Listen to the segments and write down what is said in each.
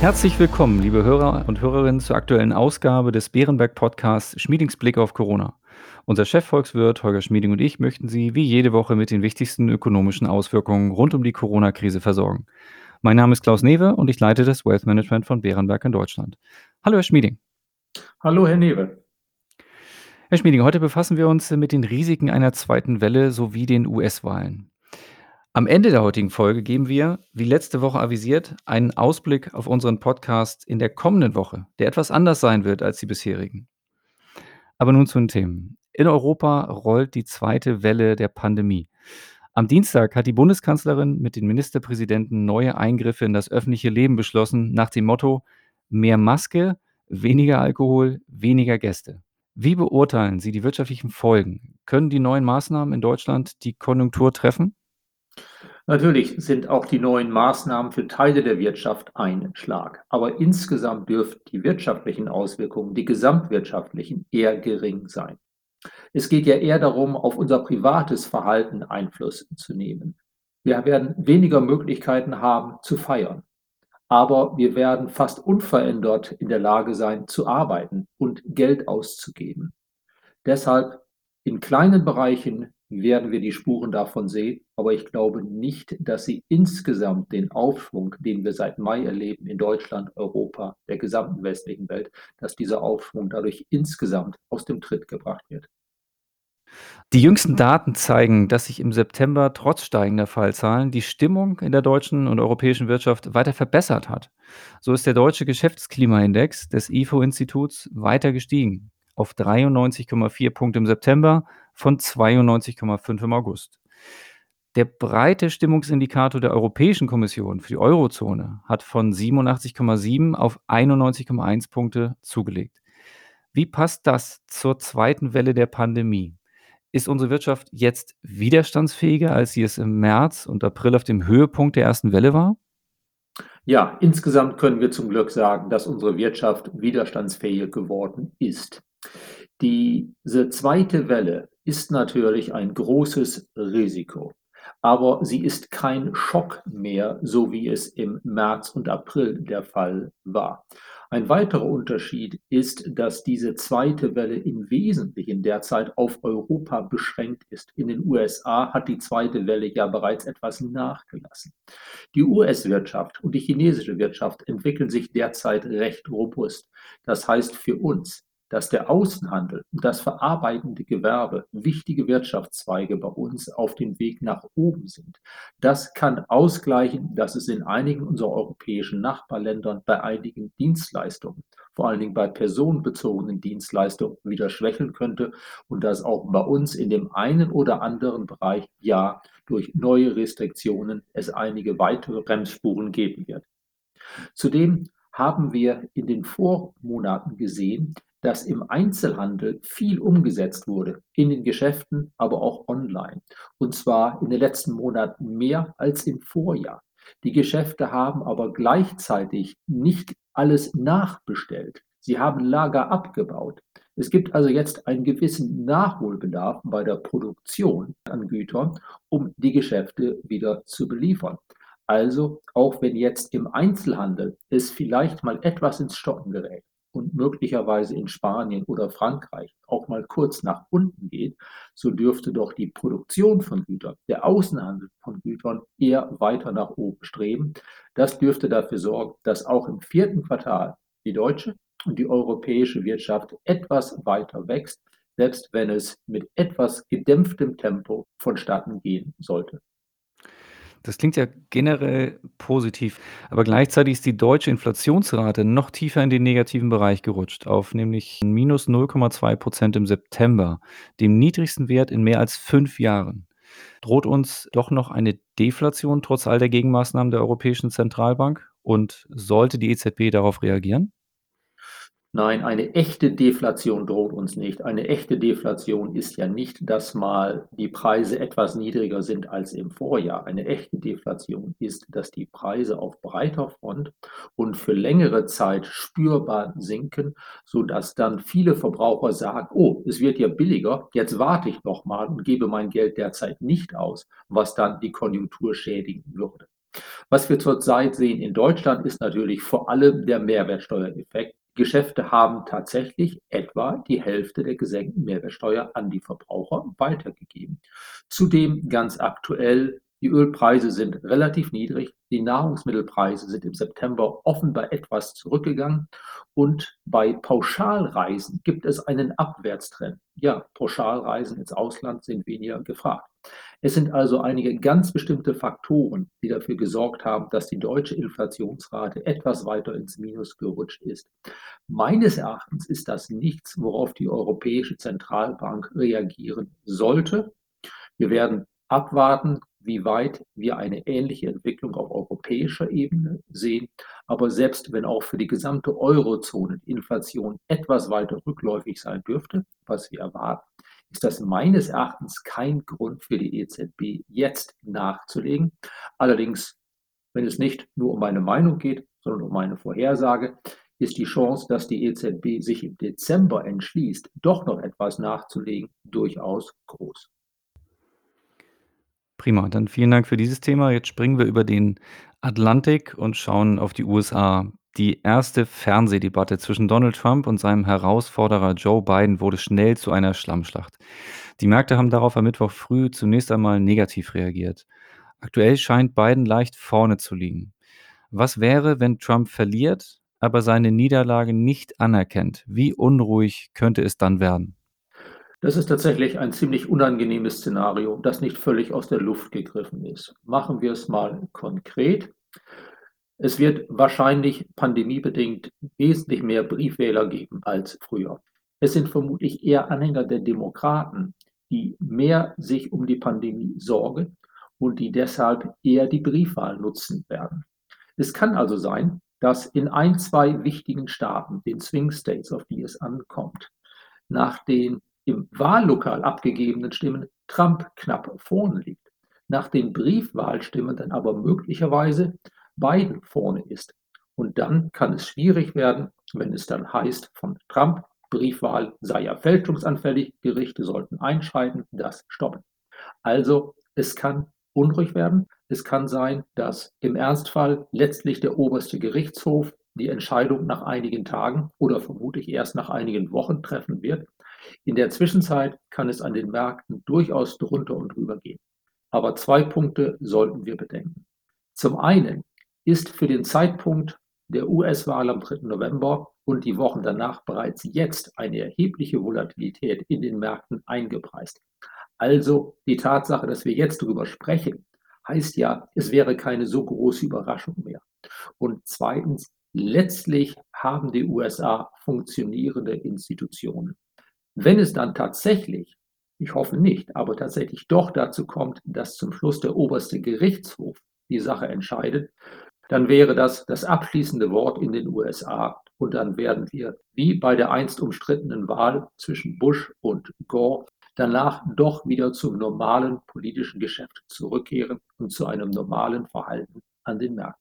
Herzlich willkommen, liebe Hörer und Hörerinnen, zur aktuellen Ausgabe des Bärenberg-Podcasts Schmiedings Blick auf Corona. Unser Chefvolkswirt Holger Schmieding und ich möchten Sie wie jede Woche mit den wichtigsten ökonomischen Auswirkungen rund um die Corona-Krise versorgen. Mein Name ist Klaus Newe und ich leite das Wealth Management von Bärenberg in Deutschland. Hallo, Herr Schmieding. Hallo, Herr Newe. Herr Schmieding, heute befassen wir uns mit den Risiken einer zweiten Welle sowie den US-Wahlen. Am Ende der heutigen Folge geben wir, wie letzte Woche avisiert, einen Ausblick auf unseren Podcast in der kommenden Woche, der etwas anders sein wird als die bisherigen. Aber nun zu den Themen. In Europa rollt die zweite Welle der Pandemie. Am Dienstag hat die Bundeskanzlerin mit den Ministerpräsidenten neue Eingriffe in das öffentliche Leben beschlossen, nach dem Motto: mehr Maske, weniger Alkohol, weniger Gäste. Wie beurteilen Sie die wirtschaftlichen Folgen? Können die neuen Maßnahmen in Deutschland die Konjunktur treffen? Natürlich sind auch die neuen Maßnahmen für Teile der Wirtschaft ein Schlag. Aber insgesamt dürften die wirtschaftlichen Auswirkungen, die gesamtwirtschaftlichen, eher gering sein. Es geht ja eher darum, auf unser privates Verhalten Einfluss zu nehmen. Wir werden weniger Möglichkeiten haben zu feiern. Aber wir werden fast unverändert in der Lage sein, zu arbeiten und Geld auszugeben. Deshalb in kleinen Bereichen werden wir die Spuren davon sehen, aber ich glaube nicht, dass sie insgesamt den Aufschwung, den wir seit Mai erleben in Deutschland, Europa, der gesamten westlichen Welt, dass dieser Aufschwung dadurch insgesamt aus dem Tritt gebracht wird. Die jüngsten Daten zeigen, dass sich im September trotz steigender Fallzahlen die Stimmung in der deutschen und europäischen Wirtschaft weiter verbessert hat. So ist der deutsche Geschäftsklimaindex des IFO-Instituts weiter gestiegen auf 93,4 Punkte im September von 92,5 im August. Der breite Stimmungsindikator der Europäischen Kommission für die Eurozone hat von 87,7 auf 91,1 Punkte zugelegt. Wie passt das zur zweiten Welle der Pandemie? Ist unsere Wirtschaft jetzt widerstandsfähiger, als sie es im März und April auf dem Höhepunkt der ersten Welle war? Ja, insgesamt können wir zum Glück sagen, dass unsere Wirtschaft widerstandsfähig geworden ist. Diese zweite Welle ist natürlich ein großes Risiko, aber sie ist kein Schock mehr, so wie es im März und April der Fall war. Ein weiterer Unterschied ist, dass diese zweite Welle im Wesentlichen derzeit auf Europa beschränkt ist. In den USA hat die zweite Welle ja bereits etwas nachgelassen. Die US-Wirtschaft und die chinesische Wirtschaft entwickeln sich derzeit recht robust. Das heißt für uns, dass der Außenhandel und das verarbeitende Gewerbe wichtige Wirtschaftszweige bei uns auf dem Weg nach oben sind. Das kann ausgleichen, dass es in einigen unserer europäischen Nachbarländern bei einigen Dienstleistungen, vor allen Dingen bei personenbezogenen Dienstleistungen, wieder schwächeln könnte und dass auch bei uns in dem einen oder anderen Bereich ja durch neue Restriktionen es einige weitere Bremsspuren geben wird. Zudem haben wir in den Vormonaten gesehen, dass im Einzelhandel viel umgesetzt wurde, in den Geschäften, aber auch online. Und zwar in den letzten Monaten mehr als im Vorjahr. Die Geschäfte haben aber gleichzeitig nicht alles nachbestellt. Sie haben Lager abgebaut. Es gibt also jetzt einen gewissen Nachholbedarf bei der Produktion an Gütern, um die Geschäfte wieder zu beliefern. Also, auch wenn jetzt im Einzelhandel es vielleicht mal etwas ins Stocken gerät und möglicherweise in Spanien oder Frankreich auch mal kurz nach unten geht, so dürfte doch die Produktion von Gütern, der Außenhandel von Gütern eher weiter nach oben streben. Das dürfte dafür sorgen, dass auch im vierten Quartal die deutsche und die europäische Wirtschaft etwas weiter wächst, selbst wenn es mit etwas gedämpftem Tempo vonstatten gehen sollte. Das klingt ja generell positiv, aber gleichzeitig ist die deutsche Inflationsrate noch tiefer in den negativen Bereich gerutscht, auf nämlich minus 0,2% im September, dem niedrigsten Wert in mehr als 5 Jahren. Droht uns doch noch eine Deflation trotz all der Gegenmaßnahmen der Europäischen Zentralbank? Und sollte die EZB darauf reagieren? Nein, eine echte Deflation droht uns nicht. Eine echte Deflation ist ja nicht, dass mal die Preise etwas niedriger sind als im Vorjahr. Eine echte Deflation ist, dass die Preise auf breiter Front und für längere Zeit spürbar sinken, sodass dann viele Verbraucher sagen: „Oh, es wird ja billiger, jetzt warte ich noch mal und gebe mein Geld derzeit nicht aus“, was dann die Konjunktur schädigen würde. Was wir zurzeit sehen in Deutschland, ist natürlich vor allem der Mehrwertsteuereffekt. Geschäfte haben tatsächlich etwa die Hälfte der gesenkten Mehrwertsteuer an die Verbraucher weitergegeben. Zudem ganz aktuell, die Ölpreise sind relativ niedrig, die Nahrungsmittelpreise sind im September offenbar etwas zurückgegangen und bei Pauschalreisen gibt es einen Abwärtstrend. Ja, Pauschalreisen ins Ausland sind weniger gefragt. Es sind also einige ganz bestimmte Faktoren, die dafür gesorgt haben, dass die deutsche Inflationsrate etwas weiter ins Minus gerutscht ist. Meines Erachtens ist das nichts, worauf die Europäische Zentralbank reagieren sollte. Wir werden abwarten, wie weit wir eine ähnliche Entwicklung auf europäischer Ebene sehen. Aber selbst wenn auch für die gesamte Eurozone die Inflation etwas weiter rückläufig sein dürfte, was wir erwarten, ist das meines Erachtens kein Grund für die EZB, jetzt nachzulegen. Allerdings, wenn es nicht nur um meine Meinung geht, sondern um meine Vorhersage, ist die Chance, dass die EZB sich im Dezember entschließt, doch noch etwas nachzulegen, durchaus groß. Prima, dann vielen Dank für dieses Thema. Jetzt springen wir über den Atlantik und schauen auf die USA. Die erste Fernsehdebatte zwischen Donald Trump und seinem Herausforderer Joe Biden wurde schnell zu einer Schlammschlacht. Die Märkte haben darauf am Mittwoch früh zunächst einmal negativ reagiert. Aktuell scheint Biden leicht vorne zu liegen. Was wäre, wenn Trump verliert, aber seine Niederlage nicht anerkennt? Wie unruhig könnte es dann werden? Das ist tatsächlich ein ziemlich unangenehmes Szenario, das nicht völlig aus der Luft gegriffen ist. Machen wir es mal konkret. Es wird wahrscheinlich pandemiebedingt wesentlich mehr Briefwähler geben als früher. Es sind vermutlich eher Anhänger der Demokraten, die mehr sich um die Pandemie sorgen und die deshalb eher die Briefwahl nutzen werden. Es kann also sein, dass in ein, zwei wichtigen Staaten, den Swing States, auf die es ankommt, nach den im Wahllokal abgegebenen Stimmen Trump knapp vorne liegt, nach den Briefwahlstimmen dann aber möglicherweise Biden vorne ist. Und dann kann es schwierig werden, wenn es dann heißt von Trump, Briefwahl sei ja fälschungsanfällig, Gerichte sollten einschreiten, das stoppen. Also es kann unruhig werden. Es kann sein, dass im Ernstfall letztlich der oberste Gerichtshof die Entscheidung nach einigen Tagen oder vermutlich erst nach einigen Wochen treffen wird. In der Zwischenzeit kann es an den Märkten durchaus drunter und drüber gehen. Aber zwei Punkte sollten wir bedenken. Zum einen ist für den Zeitpunkt der US-Wahl am 3. November und die Wochen danach bereits jetzt eine erhebliche Volatilität in den Märkten eingepreist. Also die Tatsache, dass wir jetzt darüber sprechen, heißt ja, es wäre keine so große Überraschung mehr. Und zweitens, letztlich haben die USA funktionierende Institutionen. Wenn es dann tatsächlich, ich hoffe nicht, aber tatsächlich doch dazu kommt, dass zum Schluss der oberste Gerichtshof die Sache entscheidet, dann wäre das das abschließende Wort in den USA. Und dann werden wir, wie bei der einst umstrittenen Wahl zwischen Bush und Gore, danach doch wieder zum normalen politischen Geschäft zurückkehren und zu einem normalen Verhalten an den Märkten.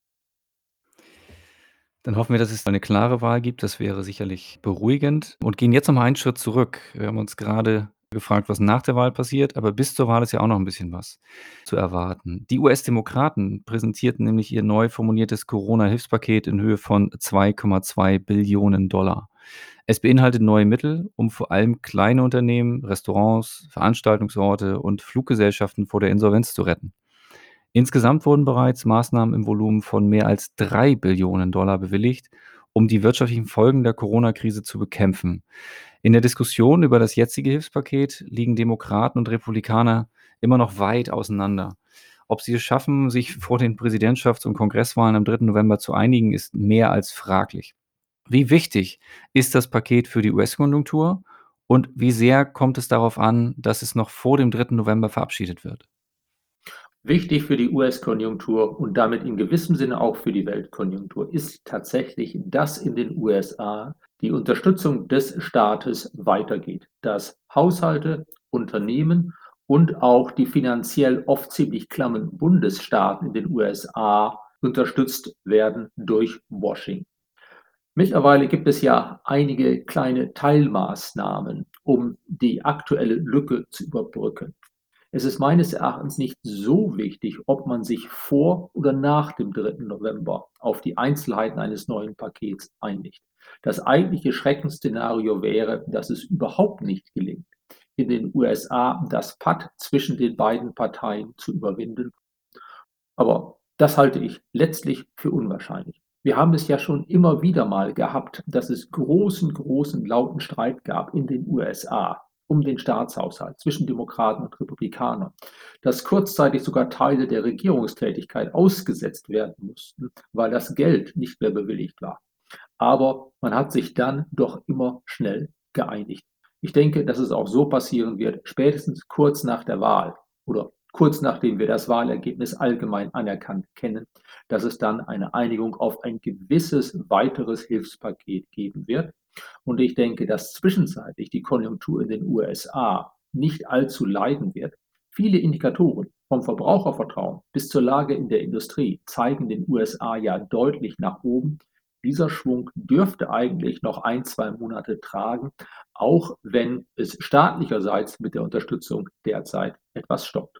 Dann hoffen wir, dass es eine klare Wahl gibt. Das wäre sicherlich beruhigend und gehen jetzt noch mal einen Schritt zurück. Wir haben uns gerade gefragt, was nach der Wahl passiert, aber bis zur Wahl ist ja auch noch ein bisschen was zu erwarten. Die US-Demokraten präsentierten nämlich ihr neu formuliertes Corona-Hilfspaket in Höhe von 2,2 Billionen Dollar. Es beinhaltet neue Mittel, um vor allem kleine Unternehmen, Restaurants, Veranstaltungsorte und Fluggesellschaften vor der Insolvenz zu retten. Insgesamt wurden bereits Maßnahmen im Volumen von mehr als 3 Billionen Dollar bewilligt, um die wirtschaftlichen Folgen der Corona-Krise zu bekämpfen. In der Diskussion über das jetzige Hilfspaket liegen Demokraten und Republikaner immer noch weit auseinander. Ob sie es schaffen, sich vor den Präsidentschafts- und Kongresswahlen am 3. November zu einigen, ist mehr als fraglich. Wie wichtig ist das Paket für die US-Konjunktur und wie sehr kommt es darauf an, dass es noch vor dem 3. November verabschiedet wird? Wichtig für die US-Konjunktur und damit in gewissem Sinne auch für die Weltkonjunktur ist tatsächlich, dass in den USA die Unterstützung des Staates weitergeht, dass Haushalte, Unternehmen und auch die finanziell oft ziemlich klammen Bundesstaaten in den USA unterstützt werden durch Washington. Mittlerweile gibt es ja einige kleine Teilmaßnahmen, um die aktuelle Lücke zu überbrücken. Es ist meines Erachtens nicht so wichtig, ob man sich vor oder nach dem 3. November auf die Einzelheiten eines neuen Pakets einigt. Das eigentliche Schreckensszenario wäre, dass es überhaupt nicht gelingt, in den USA das Patt zwischen den beiden Parteien zu überwinden. Aber das halte ich letztlich für unwahrscheinlich. Wir haben es ja schon immer wieder mal gehabt, dass es großen, lauten Streit gab in den USA um den Staatshaushalt zwischen Demokraten und Republikanern, dass kurzzeitig sogar Teile der Regierungstätigkeit ausgesetzt werden mussten, weil das Geld nicht mehr bewilligt war. Aber man hat sich dann doch immer schnell geeinigt. Ich denke, dass es auch so passieren wird, spätestens kurz nach der Wahl oder kurz nachdem wir das Wahlergebnis allgemein anerkannt kennen, dass es dann eine Einigung auf ein gewisses weiteres Hilfspaket geben wird. Und ich denke, dass zwischenzeitlich die Konjunktur in den USA nicht allzu leiden wird. Viele Indikatoren vom Verbrauchervertrauen bis zur Lage in der Industrie zeigen den USA ja deutlich nach oben. Dieser Schwung dürfte eigentlich noch ein, 2 Monate tragen, auch wenn es staatlicherseits mit der Unterstützung derzeit etwas stockt.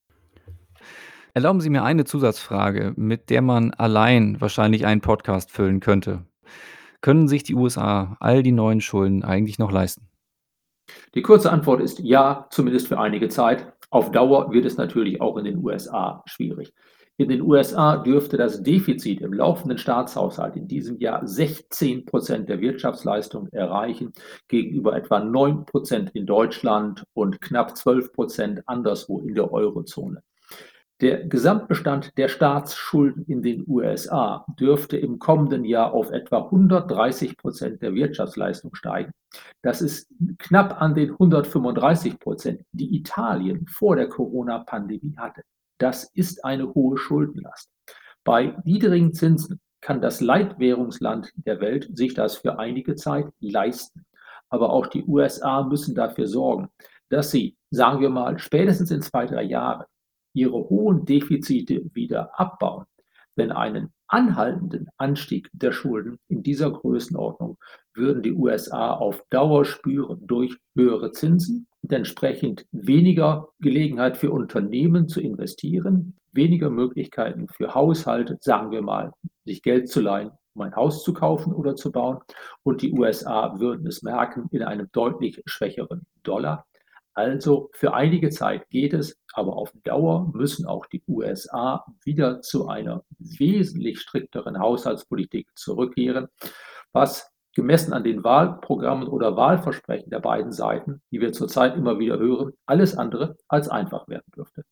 Erlauben Sie mir eine Zusatzfrage, mit der man allein wahrscheinlich einen Podcast füllen könnte. Können sich die USA all die neuen Schulden eigentlich noch leisten? Die kurze Antwort ist ja, zumindest für einige Zeit. Auf Dauer wird es natürlich auch in den USA schwierig. In den USA dürfte das Defizit im laufenden Staatshaushalt in diesem Jahr 16% der Wirtschaftsleistung erreichen, gegenüber etwa 9% in Deutschland und knapp 12% anderswo in der Eurozone. Der Gesamtbestand der Staatsschulden in den USA dürfte im kommenden Jahr auf etwa 130% der Wirtschaftsleistung steigen. Das ist knapp an den 135%, die Italien vor der Corona-Pandemie hatte. Das ist eine hohe Schuldenlast. Bei niedrigen Zinsen kann das Leitwährungsland der Welt sich das für einige Zeit leisten. Aber auch die USA müssen dafür sorgen, dass sie, sagen wir mal, spätestens in 2, 3 Jahren ihre hohen Defizite wieder abbauen. Denn einen anhaltenden Anstieg der Schulden in dieser Größenordnung würden die USA auf Dauer spüren durch höhere Zinsen und entsprechend weniger Gelegenheit für Unternehmen zu investieren, weniger Möglichkeiten für Haushalte, sagen wir mal, sich Geld zu leihen, um ein Haus zu kaufen oder zu bauen. Und die USA würden es merken in einem deutlich schwächeren Dollar. Also für einige Zeit geht es, aber auf Dauer müssen auch die USA wieder zu einer wesentlich strikteren Haushaltspolitik zurückkehren, was gemessen an den Wahlprogrammen oder Wahlversprechen der beiden Seiten, die wir zurzeit immer wieder hören, alles andere als einfach werden dürfte.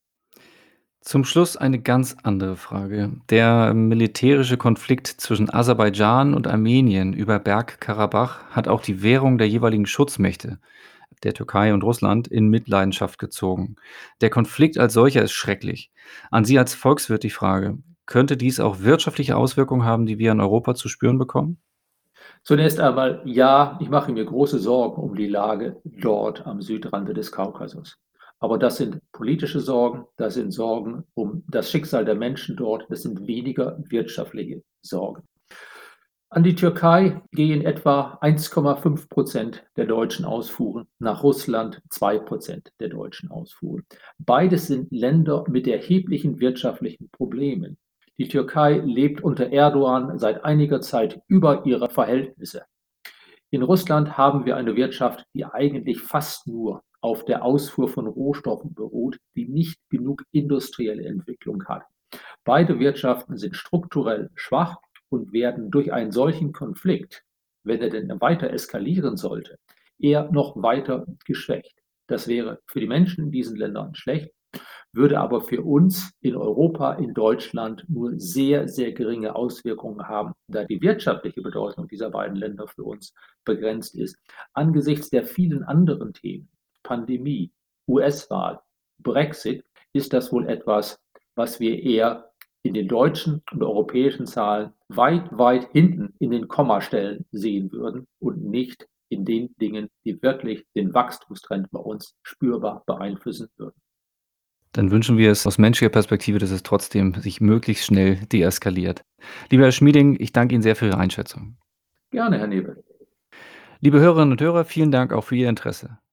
Zum Schluss eine ganz andere Frage. Der militärische Konflikt zwischen Aserbaidschan und Armenien über Bergkarabach hat auch die Währung der jeweiligen Schutzmächte, der Türkei und Russland, in Mitleidenschaft gezogen. Der Konflikt als solcher ist schrecklich. An Sie als Volkswirt die Frage, könnte dies auch wirtschaftliche Auswirkungen haben, die wir in Europa zu spüren bekommen? Zunächst einmal, ja, ich mache mir große Sorgen um die Lage dort am Südrand des Kaukasus. Aber das sind politische Sorgen, das sind Sorgen um das Schicksal der Menschen dort, das sind weniger wirtschaftliche Sorgen. An die Türkei gehen etwa 1,5% der deutschen Ausfuhren, nach Russland 2% der deutschen Ausfuhren. Beides sind Länder mit erheblichen wirtschaftlichen Problemen. Die Türkei lebt unter Erdogan seit einiger Zeit über ihre Verhältnisse. In Russland haben wir eine Wirtschaft, die eigentlich fast nur auf der Ausfuhr von Rohstoffen beruht, die nicht genug industrielle Entwicklung hat. Beide Wirtschaften sind strukturell schwach und werden durch einen solchen Konflikt, wenn er denn weiter eskalieren sollte, eher noch weiter geschwächt. Das wäre für die Menschen in diesen Ländern schlecht, würde aber für uns in Europa, in Deutschland nur sehr geringe Auswirkungen haben, da die wirtschaftliche Bedeutung dieser beiden Länder für uns begrenzt ist. Angesichts der vielen anderen Themen, Pandemie, US-Wahl, Brexit, ist das wohl etwas, was wir eher in den deutschen und europäischen Zahlen weit hinten in den Kommastellen sehen würden und nicht in den Dingen, die wirklich den Wachstumstrend bei uns spürbar beeinflussen würden. Dann wünschen wir es aus menschlicher Perspektive, dass es trotzdem sich möglichst schnell deeskaliert. Lieber Herr Schmieding, ich danke Ihnen sehr für Ihre Einschätzung. Gerne, Herr Nebel. Liebe Hörerinnen und Hörer, vielen Dank auch für Ihr Interesse.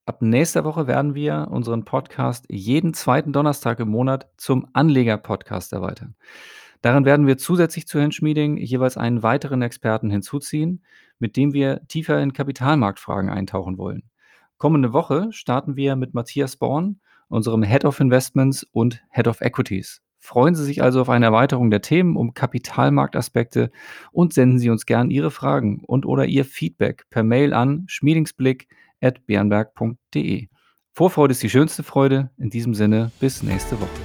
Ab nächster Woche werden wir unseren Podcast jeden zweiten Donnerstag im Monat zum Anleger-Podcast erweitern. Darin werden wir zusätzlich zu Hensch Meeting jeweils einen weiteren Experten hinzuziehen, mit dem wir tiefer in Kapitalmarktfragen eintauchen wollen. Kommende Woche starten wir mit Matthias Born, unserem Head of Investments und Head of Equities. Freuen Sie sich also auf eine Erweiterung der Themen um Kapitalmarktaspekte und senden Sie uns gern Ihre Fragen und/oder Ihr Feedback per Mail an schmiedingsblick@beerenberg.de. Vorfreude ist die schönste Freude. In diesem Sinne, bis nächste Woche.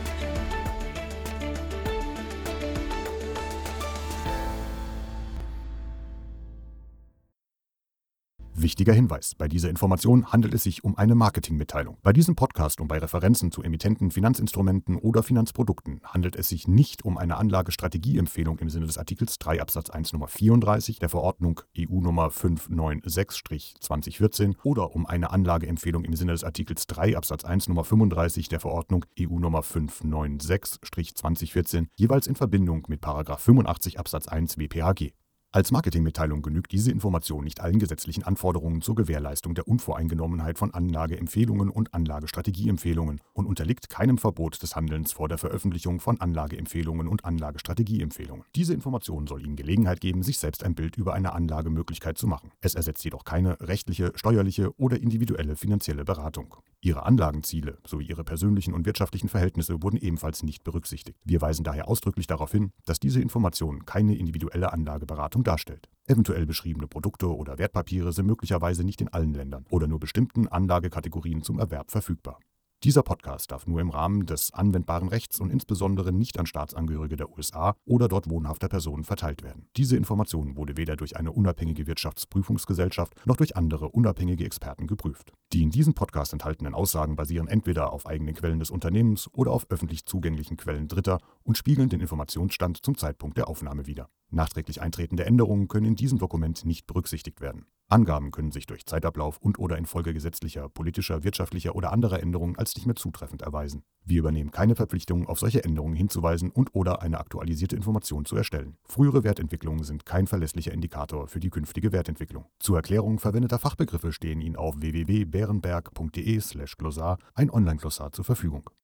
Wichtiger Hinweis: Bei dieser Information handelt es sich um eine Marketingmitteilung. Bei diesem Podcast und bei Referenzen zu Emittenten, Finanzinstrumenten oder Finanzprodukten handelt es sich nicht um eine Anlagestrategieempfehlung im Sinne des Artikels 3 Absatz 1 Nummer 34 der Verordnung EU Nummer 596/2014 oder um eine Anlageempfehlung im Sinne des Artikels 3 Absatz 1 Nummer 35 der Verordnung EU Nummer 596/2014, jeweils in Verbindung mit § 85 Absatz 1 WPHG. Als Marketingmitteilung genügt diese Information nicht allen gesetzlichen Anforderungen zur Gewährleistung der Unvoreingenommenheit von Anlageempfehlungen und Anlagestrategieempfehlungen und unterliegt keinem Verbot des Handelns vor der Veröffentlichung von Anlageempfehlungen und Anlagestrategieempfehlungen. Diese Information soll Ihnen Gelegenheit geben, sich selbst ein Bild über eine Anlagemöglichkeit zu machen. Es ersetzt jedoch keine rechtliche, steuerliche oder individuelle finanzielle Beratung. Ihre Anlagenziele sowie Ihre persönlichen und wirtschaftlichen Verhältnisse wurden ebenfalls nicht berücksichtigt. Wir weisen daher ausdrücklich darauf hin, dass diese Information keine individuelle Anlageberatung darstellt. Eventuell beschriebene Produkte oder Wertpapiere sind möglicherweise nicht in allen Ländern oder nur bestimmten Anlagekategorien zum Erwerb verfügbar. Dieser Podcast darf nur im Rahmen des anwendbaren Rechts und insbesondere nicht an Staatsangehörige der USA oder dort wohnhafter Personen verteilt werden. Diese Information wurde weder durch eine unabhängige Wirtschaftsprüfungsgesellschaft noch durch andere unabhängige Experten geprüft. Die in diesem Podcast enthaltenen Aussagen basieren entweder auf eigenen Quellen des Unternehmens oder auf öffentlich zugänglichen Quellen Dritter und spiegeln den Informationsstand zum Zeitpunkt der Aufnahme wider. Nachträglich eintretende Änderungen können in diesem Dokument nicht berücksichtigt werden. Angaben können sich durch Zeitablauf und/oder infolge gesetzlicher, politischer, wirtschaftlicher oder anderer Änderungen als nicht mehr zutreffend erweisen. Wir übernehmen keine Verpflichtung, auf solche Änderungen hinzuweisen und/oder eine aktualisierte Information zu erstellen. Frühere Wertentwicklungen sind kein verlässlicher Indikator für die künftige Wertentwicklung. Zur Erklärung verwendeter Fachbegriffe stehen Ihnen auf www.beerenberg.de/glossar ein Online-Glossar zur Verfügung.